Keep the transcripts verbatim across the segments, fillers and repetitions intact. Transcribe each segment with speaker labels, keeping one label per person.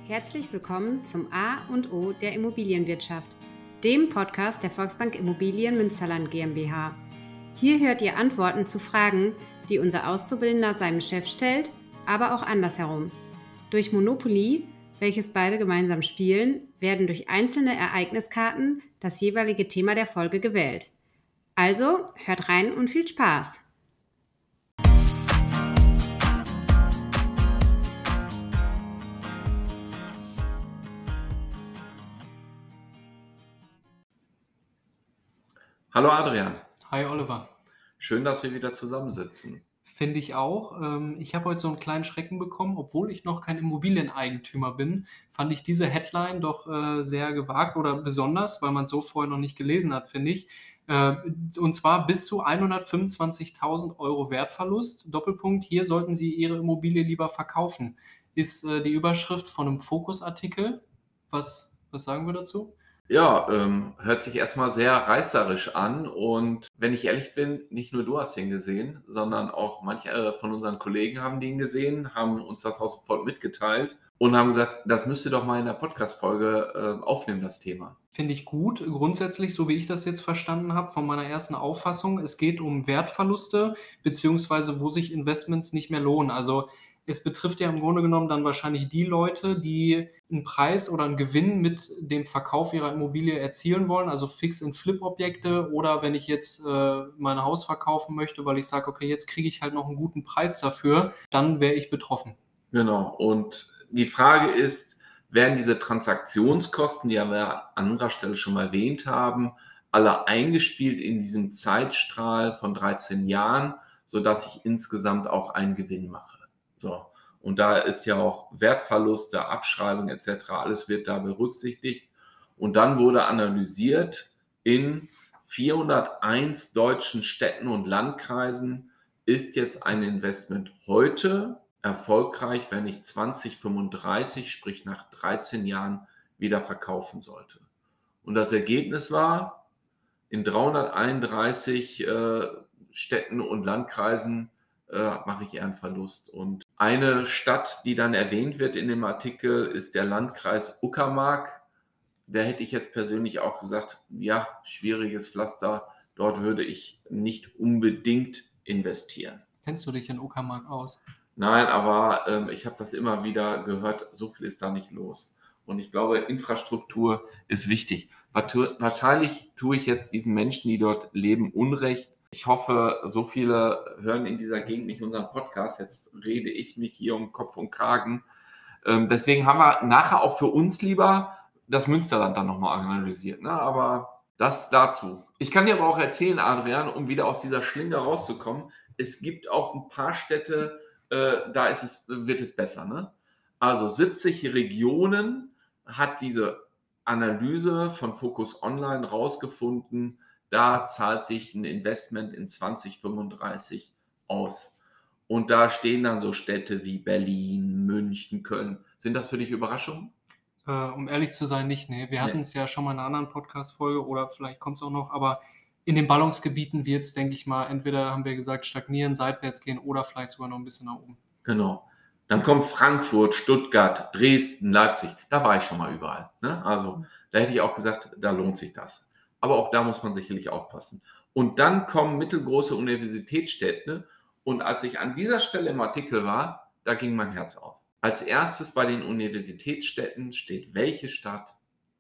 Speaker 1: Herzlich willkommen zum A und O der Immobilienwirtschaft, dem Podcast der Volksbank Immobilien Münsterland GmbH. Hier hört ihr Antworten zu Fragen, die unser Auszubildender seinem Chef stellt, aber auch andersherum. Durch Monopoly, welches beide gemeinsam spielen, werden durch einzelne Ereigniskarten das jeweilige Thema der Folge gewählt. Also hört rein und viel Spaß!
Speaker 2: Hallo Adrian.
Speaker 3: Hi Oliver.
Speaker 2: Schön, dass wir wieder zusammensitzen.
Speaker 3: Finde ich auch. Ähm, Ich habe heute so einen kleinen Schrecken bekommen, obwohl ich noch kein Immobilieneigentümer bin, fand ich diese Headline doch äh, sehr gewagt oder besonders, weil man es so vorher noch nicht gelesen hat, finde ich. Äh, Und zwar bis zu hundertfünfundzwanzigtausend Euro Wertverlust. Doppelpunkt, hier sollten Sie Ihre Immobilie lieber verkaufen. Ist äh, die Überschrift von einem Fokus-Artikel. Was, was sagen wir dazu?
Speaker 2: Ja, ähm, hört sich erstmal sehr reißerisch an und wenn ich ehrlich bin, nicht nur du hast ihn gesehen, sondern auch manche äh, von unseren Kollegen haben den gesehen, haben uns das auch sofort mitgeteilt und haben gesagt, das müsst ihr doch mal in der Podcast-Folge äh, aufnehmen, das Thema.
Speaker 3: Finde ich gut. Grundsätzlich, so wie ich das jetzt verstanden habe, von meiner ersten Auffassung, es geht um Wertverluste, beziehungsweise wo sich Investments nicht mehr lohnen. Also es betrifft ja im Grunde genommen dann wahrscheinlich die Leute, die einen Preis oder einen Gewinn mit dem Verkauf ihrer Immobilie erzielen wollen, also Fix-and-Flip-Objekte, oder wenn ich jetzt äh, mein Haus verkaufen möchte, weil ich sage, okay, jetzt kriege ich halt noch einen guten Preis dafür, dann wäre ich betroffen.
Speaker 2: Genau, und die Frage ist, werden diese Transaktionskosten, die wir an anderer Stelle schon mal erwähnt haben, alle eingespielt in diesem Zeitstrahl von dreizehn Jahren, sodass ich insgesamt auch einen Gewinn mache? So. Und da ist ja auch Wertverluste, Abschreibung et cetera, alles wird da berücksichtigt. Und dann wurde analysiert, in vierhunderteins deutschen Städten und Landkreisen ist jetzt ein Investment heute erfolgreich, wenn ich zwanzig fünfunddreißig, sprich nach dreizehn Jahren, wieder verkaufen sollte. Und das Ergebnis war, in dreihunderteinunddreißig äh, Städten und Landkreisen äh, mache ich eher einen Verlust. Und eine Stadt, die dann erwähnt wird in dem Artikel, ist der Landkreis Uckermark. Da hätte ich jetzt persönlich auch gesagt, ja, schwieriges Pflaster, dort würde ich nicht unbedingt investieren.
Speaker 3: Kennst du dich in Uckermark aus?
Speaker 2: Nein, aber ähm, ich habe das immer wieder gehört, so viel ist da nicht los. Und ich glaube, Infrastruktur ist wichtig. Wahrscheinlich tue ich jetzt diesen Menschen, die dort leben, Unrecht. Ich hoffe, so viele hören in dieser Gegend nicht unseren Podcast. Jetzt rede ich mich hier um Kopf und Kragen. Ähm, deswegen haben wir nachher auch für uns lieber das Münsterland dann nochmal analysiert. Ne? Aber das dazu. Ich kann dir aber auch erzählen, Adrian, um wieder aus dieser Schlinge rauszukommen, es gibt auch ein paar Städte, äh, da ist es, wird es besser. Ne? Also siebzig Regionen hat diese Analyse von Focus Online rausgefunden, da zahlt sich ein Investment in zwanzig fünfunddreißig aus. Und da stehen dann so Städte wie Berlin, München, Köln. Sind das für dich Überraschungen?
Speaker 3: Äh, um ehrlich zu sein, nicht. Nee. Wir
Speaker 2: Nee.
Speaker 3: hatten es ja schon mal in einer anderen Podcast-Folge oder vielleicht kommt es auch noch, aber in den Ballungsgebieten wird es, denke ich mal, entweder haben wir gesagt, stagnieren, seitwärts gehen oder vielleicht sogar noch ein bisschen nach oben.
Speaker 2: Genau. Dann kommt Frankfurt, Stuttgart, Dresden, Leipzig. Da war ich schon mal überall. Ne? Also da hätte ich auch gesagt, da lohnt sich das. Aber auch da muss man sicherlich aufpassen. Und dann kommen mittelgroße Universitätsstädte. Und als ich an dieser Stelle im Artikel war, da ging mein Herz auf. Als erstes bei den Universitätsstädten steht welche Stadt?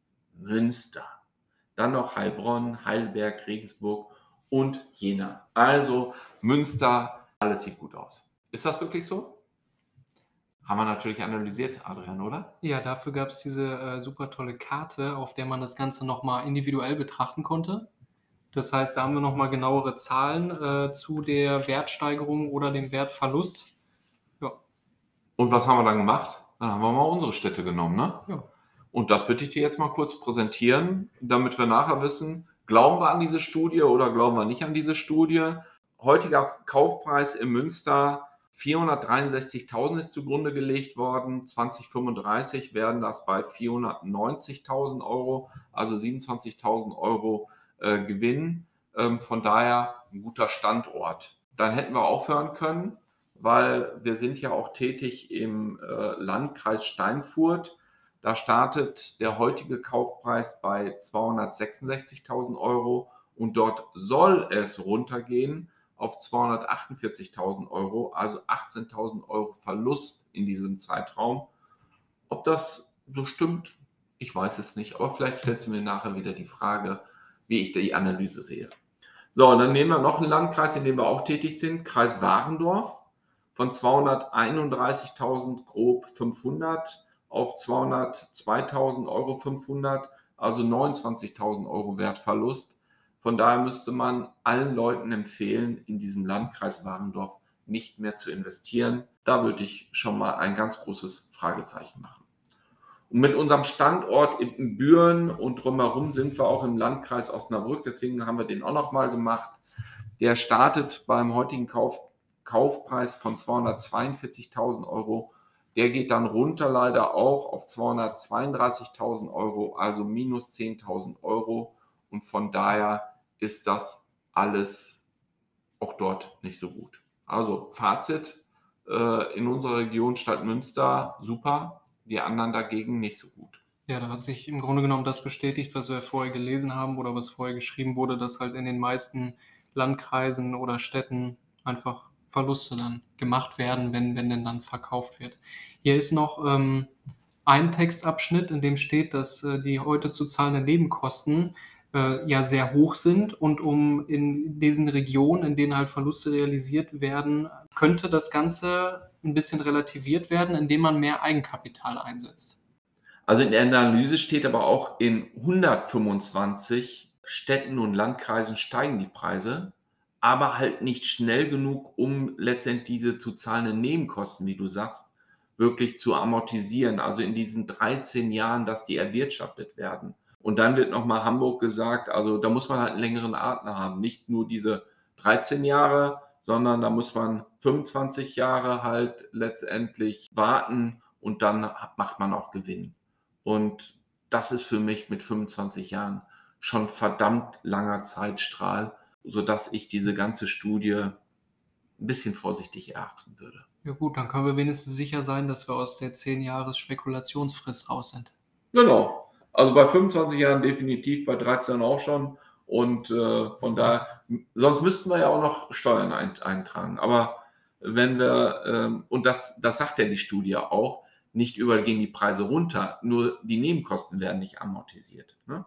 Speaker 2: Münster. Dann noch Heilbronn, Heidelberg, Regensburg und Jena. Also Münster, alles sieht gut aus. Ist das wirklich so? Haben wir natürlich analysiert, Adrian, oder?
Speaker 3: Ja, dafür gab es diese äh, super tolle Karte, auf der man das Ganze nochmal individuell betrachten konnte. Das heißt, da haben wir nochmal genauere Zahlen äh, zu der Wertsteigerung oder dem Wertverlust. Ja.
Speaker 2: Und was haben wir dann gemacht? Dann haben wir mal unsere Städte genommen, ne?
Speaker 3: Ja.
Speaker 2: Und das würde ich dir jetzt mal kurz präsentieren, damit wir nachher wissen, glauben wir an diese Studie oder glauben wir nicht an diese Studie. Heutiger Kaufpreis in Münster vierhundertdreiundsechzigtausend ist zugrunde gelegt worden. zwanzig fünfunddreißig werden das bei vierhundertneunzigtausend Euro, also siebenundzwanzigtausend Euro äh, Gewinn. Ähm, von daher ein guter Standort. Dann hätten wir aufhören können, weil wir sind ja auch tätig im äh, Landkreis Steinfurt. Da startet der heutige Kaufpreis bei zweihundertsechsundsechzigtausend Euro und dort soll es runtergehen auf zweihundertachtundvierzigtausend Euro, also achtzehntausend Euro Verlust in diesem Zeitraum. Ob das so stimmt, ich weiß es nicht, aber vielleicht stellt sie mir nachher wieder die Frage, wie ich die Analyse sehe. So, und dann nehmen wir noch einen Landkreis, in dem wir auch tätig sind, Kreis Warendorf, von zweihunderteinunddreißigtausend grob fünfhundert auf zweihundertzweitausend Euro fünfhundert, also neunundzwanzigtausend Euro Wertverlust. Von daher müsste man allen Leuten empfehlen, in diesem Landkreis Warendorf nicht mehr zu investieren. Da würde ich schon mal ein ganz großes Fragezeichen machen. Und mit unserem Standort in Büren und drumherum sind wir auch im Landkreis Osnabrück, deswegen haben wir den auch noch mal gemacht. Der startet beim heutigen Kauf, Kaufpreis von zweihundertzweiundvierzigtausend Euro. Der geht dann runter leider auch auf zweihundertzweiunddreißigtausend Euro, also minus zehntausend Euro. Und von daher ist das alles auch dort nicht so gut. Also Fazit, äh, in unserer Region Stadt Münster super, die anderen dagegen nicht so gut.
Speaker 3: Ja, da hat sich im Grunde genommen das bestätigt, was wir vorher gelesen haben oder was vorher geschrieben wurde, dass halt in den meisten Landkreisen oder Städten einfach Verluste dann gemacht werden, wenn, wenn denn dann verkauft wird. Hier ist noch ähm, ein Textabschnitt, in dem steht, dass äh, die heute zu zahlenden Nebenkosten äh, ja sehr hoch sind und um in diesen Regionen, in denen halt Verluste realisiert werden, könnte das Ganze ein bisschen relativiert werden, indem man mehr Eigenkapital einsetzt.
Speaker 2: Also in der Analyse steht aber auch, in hundertfünfundzwanzig Städten und Landkreisen steigen die Preise, aber halt nicht schnell genug, um letztendlich diese zu zahlenden Nebenkosten, wie du sagst, wirklich zu amortisieren. Also in diesen dreizehn Jahren, dass die erwirtschaftet werden. Und dann wird nochmal Hamburg gesagt, also da muss man halt einen längeren Atem haben. Nicht nur diese dreizehn Jahre, sondern da muss man fünfundzwanzig Jahre halt letztendlich warten und dann macht man auch Gewinn. Und das ist für mich mit fünfundzwanzig Jahren schon verdammt langer Zeitstrahl, sodass ich diese ganze Studie ein bisschen vorsichtig erachten würde.
Speaker 3: Ja gut, dann können wir wenigstens sicher sein, dass wir aus der zehn Jahres Spekulationsfrist raus sind.
Speaker 2: Genau. Also bei fünfundzwanzig Jahren definitiv, bei dreizehn auch schon. Und äh, von daher, sonst müssten wir ja auch noch Steuern ein, eintragen. Aber wenn wir, ähm, und das, das sagt ja die Studie auch, nicht überall gehen die Preise runter, nur die Nebenkosten werden nicht amortisiert. Ne?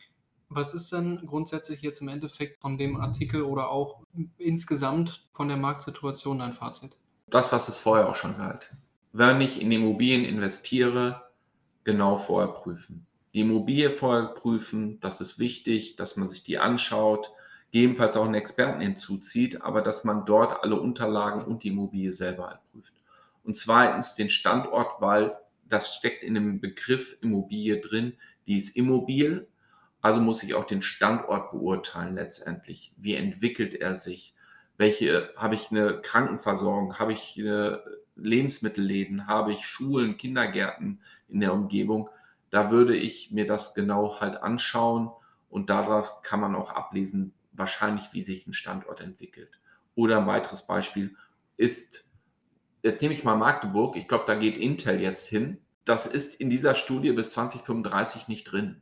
Speaker 3: Was ist denn grundsätzlich jetzt im Endeffekt von dem Artikel oder auch insgesamt von der Marktsituation dein Fazit?
Speaker 2: Das, was es vorher auch schon galt. Wenn ich in Immobilien investiere, genau vorher prüfen. Die Immobilie vorher prüfen, das ist wichtig, dass man sich die anschaut, gegebenenfalls auch einen Experten hinzuzieht, aber dass man dort alle Unterlagen und die Immobilie selber halt prüft. Und zweitens den Standort, weil das steckt in dem Begriff Immobilie drin, die ist immobil, also muss ich auch den Standort beurteilen letztendlich. Wie entwickelt er sich? Welche, habe ich eine Krankenversorgung? Habe ich eine Lebensmittelläden? Habe ich Schulen, Kindergärten in der Umgebung? Da würde ich mir das genau halt anschauen und daraus kann man auch ablesen, wahrscheinlich, wie sich ein Standort entwickelt. Oder ein weiteres Beispiel ist, jetzt nehme ich mal Magdeburg, ich glaube, da geht Intel jetzt hin. Das ist in dieser Studie bis zwanzig fünfunddreißig nicht drin.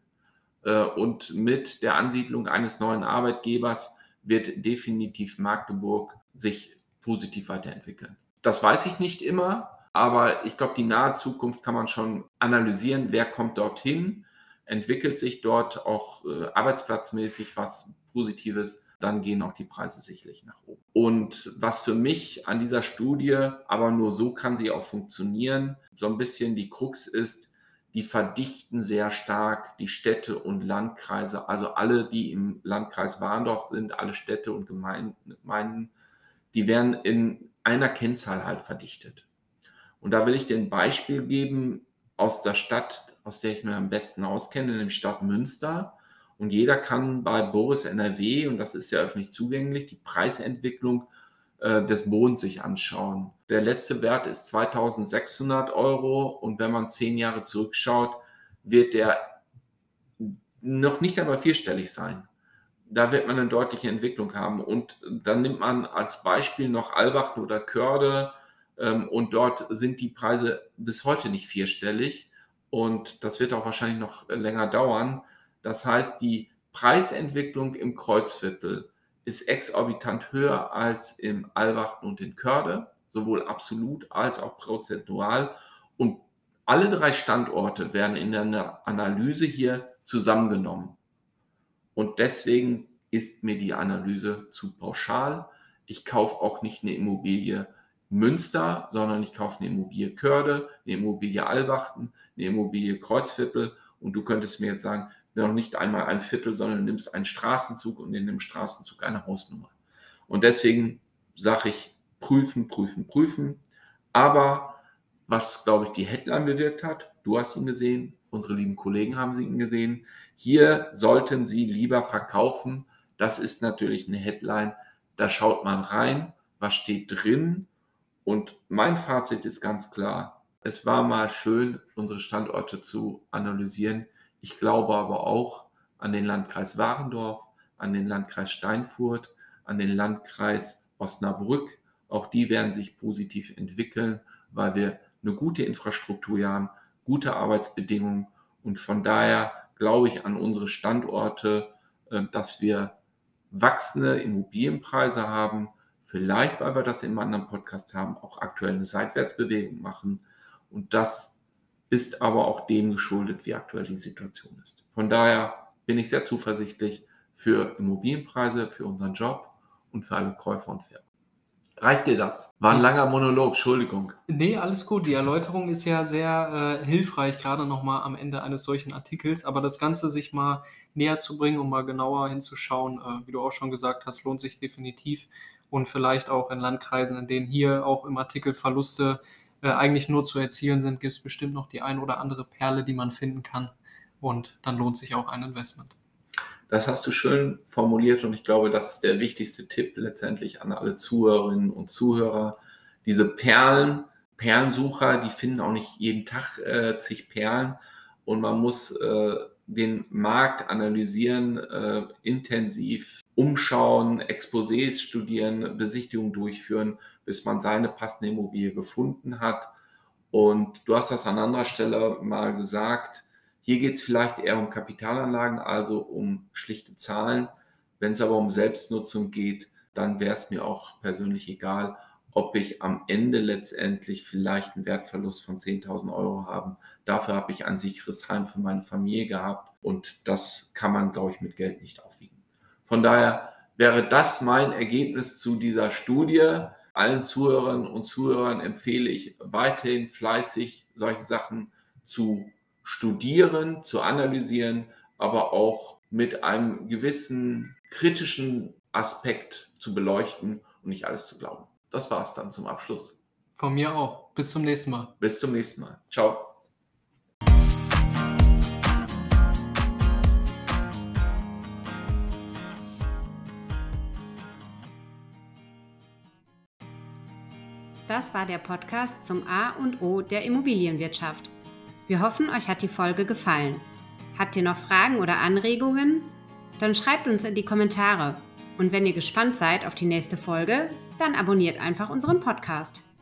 Speaker 2: Und mit der Ansiedlung eines neuen Arbeitgebers wird definitiv Magdeburg sich positiv weiterentwickeln. Das weiß ich nicht immer, aber ich glaube, die nahe Zukunft kann man schon analysieren, wer kommt dorthin, entwickelt sich dort auch äh, arbeitsplatzmäßig was Positives, dann gehen auch die Preise sicherlich nach oben. Und was für mich an dieser Studie, aber nur so kann sie auch funktionieren, so ein bisschen die Krux ist, die verdichten sehr stark die Städte und Landkreise, also alle, die im Landkreis Warendorf sind, alle Städte und Gemeinden, die werden in einer Kennzahl halt verdichtet. Und da will ich dir ein Beispiel geben aus der Stadt, aus der ich mir am besten auskenne, nämlich Stadt Münster. Und jeder kann bei Boris N R W, und das ist ja öffentlich zugänglich, die Preisentwicklung äh, des Bodens sich anschauen. Der letzte Wert ist zweitausendsechshundert Euro und wenn man zehn Jahre zurückschaut, wird der noch nicht einmal vierstellig sein. Da wird man eine deutliche Entwicklung haben. Und dann nimmt man als Beispiel noch Albach oder Körde ähm, und dort sind die Preise bis heute nicht vierstellig. und das wird auch wahrscheinlich noch länger dauern. Das heißt, die Preisentwicklung im Kreuzviertel ist exorbitant höher als im Alvachten und in Körde, sowohl absolut als auch prozentual. Und alle drei Standorte werden in der Analyse hier zusammengenommen. Und deswegen ist mir die Analyse zu pauschal. Ich kaufe auch nicht eine Immobilie Münster, sondern ich kaufe eine Immobilie Körde, eine Immobilie Alvachten, eine Immobilie Kreuzviertel. Und du könntest mir jetzt sagen, noch nicht einmal ein Viertel, sondern du nimmst einen Straßenzug und in dem Straßenzug eine Hausnummer. Und deswegen sage ich, prüfen, prüfen, prüfen. Aber was, glaube ich, die Headline bewirkt hat, du hast ihn gesehen, unsere lieben Kollegen haben ihn gesehen, hier sollten Sie lieber verkaufen. Das ist natürlich eine Headline, da schaut man rein, was steht drin. Und mein Fazit ist ganz klar, es war mal schön, unsere Standorte zu analysieren. Ich glaube aber auch an den Landkreis Warendorf, an den Landkreis Steinfurt, an den Landkreis Osnabrück. Auch die werden sich positiv entwickeln, weil wir eine gute Infrastruktur haben, gute Arbeitsbedingungen. Und von daher glaube ich an unsere Standorte, dass wir wachsende Immobilienpreise haben. Vielleicht, weil wir das in einem anderen Podcast haben, auch aktuell eine Seitwärtsbewegung machen. Und das ist aber auch dem geschuldet, wie aktuell die Situation ist. Von daher bin ich sehr zuversichtlich für Immobilienpreise, für unseren Job und für alle Käufer und Verkäufer. Reicht dir das? War ein langer Monolog, Entschuldigung.
Speaker 3: Nee, alles gut. Die Erläuterung ist ja sehr äh, hilfreich, gerade nochmal am Ende eines solchen Artikels. Aber das Ganze sich mal näher zu bringen, um mal genauer hinzuschauen, äh, wie du auch schon gesagt hast, lohnt sich definitiv. Und vielleicht auch in Landkreisen, in denen hier auch im Artikel Verluste äh, eigentlich nur zu erzielen sind, gibt es bestimmt noch die ein oder andere Perle, die man finden kann. Und dann lohnt sich auch ein Investment.
Speaker 2: Das hast du schön formuliert und ich glaube, das ist der wichtigste Tipp letztendlich an alle Zuhörerinnen und Zuhörer. Diese Perlen, Perlensucher, die finden auch nicht jeden Tag äh, zig Perlen und man muss äh, den Markt analysieren, äh, intensiv umschauen, Exposés studieren, Besichtigungen durchführen, bis man seine passende Immobilie gefunden hat. Und du hast das an anderer Stelle mal gesagt, hier geht es vielleicht eher um Kapitalanlagen, also um schlichte Zahlen. Wenn es aber um Selbstnutzung geht, dann wäre es mir auch persönlich egal, ob ich am Ende letztendlich vielleicht einen Wertverlust von zehntausend Euro habe. Dafür habe ich ein sicheres Heim für meine Familie gehabt und das kann man, glaube ich, mit Geld nicht aufwiegen. Von daher wäre das mein Ergebnis zu dieser Studie. Allen Zuhörerinnen und Zuhörern empfehle ich weiterhin fleißig solche Sachen zu studieren, zu analysieren, aber auch mit einem gewissen kritischen Aspekt zu beleuchten und nicht alles zu glauben. Das war es dann zum Abschluss.
Speaker 3: Von mir auch. Bis zum nächsten Mal.
Speaker 2: Bis zum nächsten Mal. Ciao.
Speaker 1: Das war der Podcast zum A und O der Immobilienwirtschaft. Wir hoffen, euch hat die Folge gefallen. Habt ihr noch Fragen oder Anregungen? Dann schreibt uns in die Kommentare. Und wenn ihr gespannt seid auf die nächste Folge, dann abonniert einfach unseren Podcast.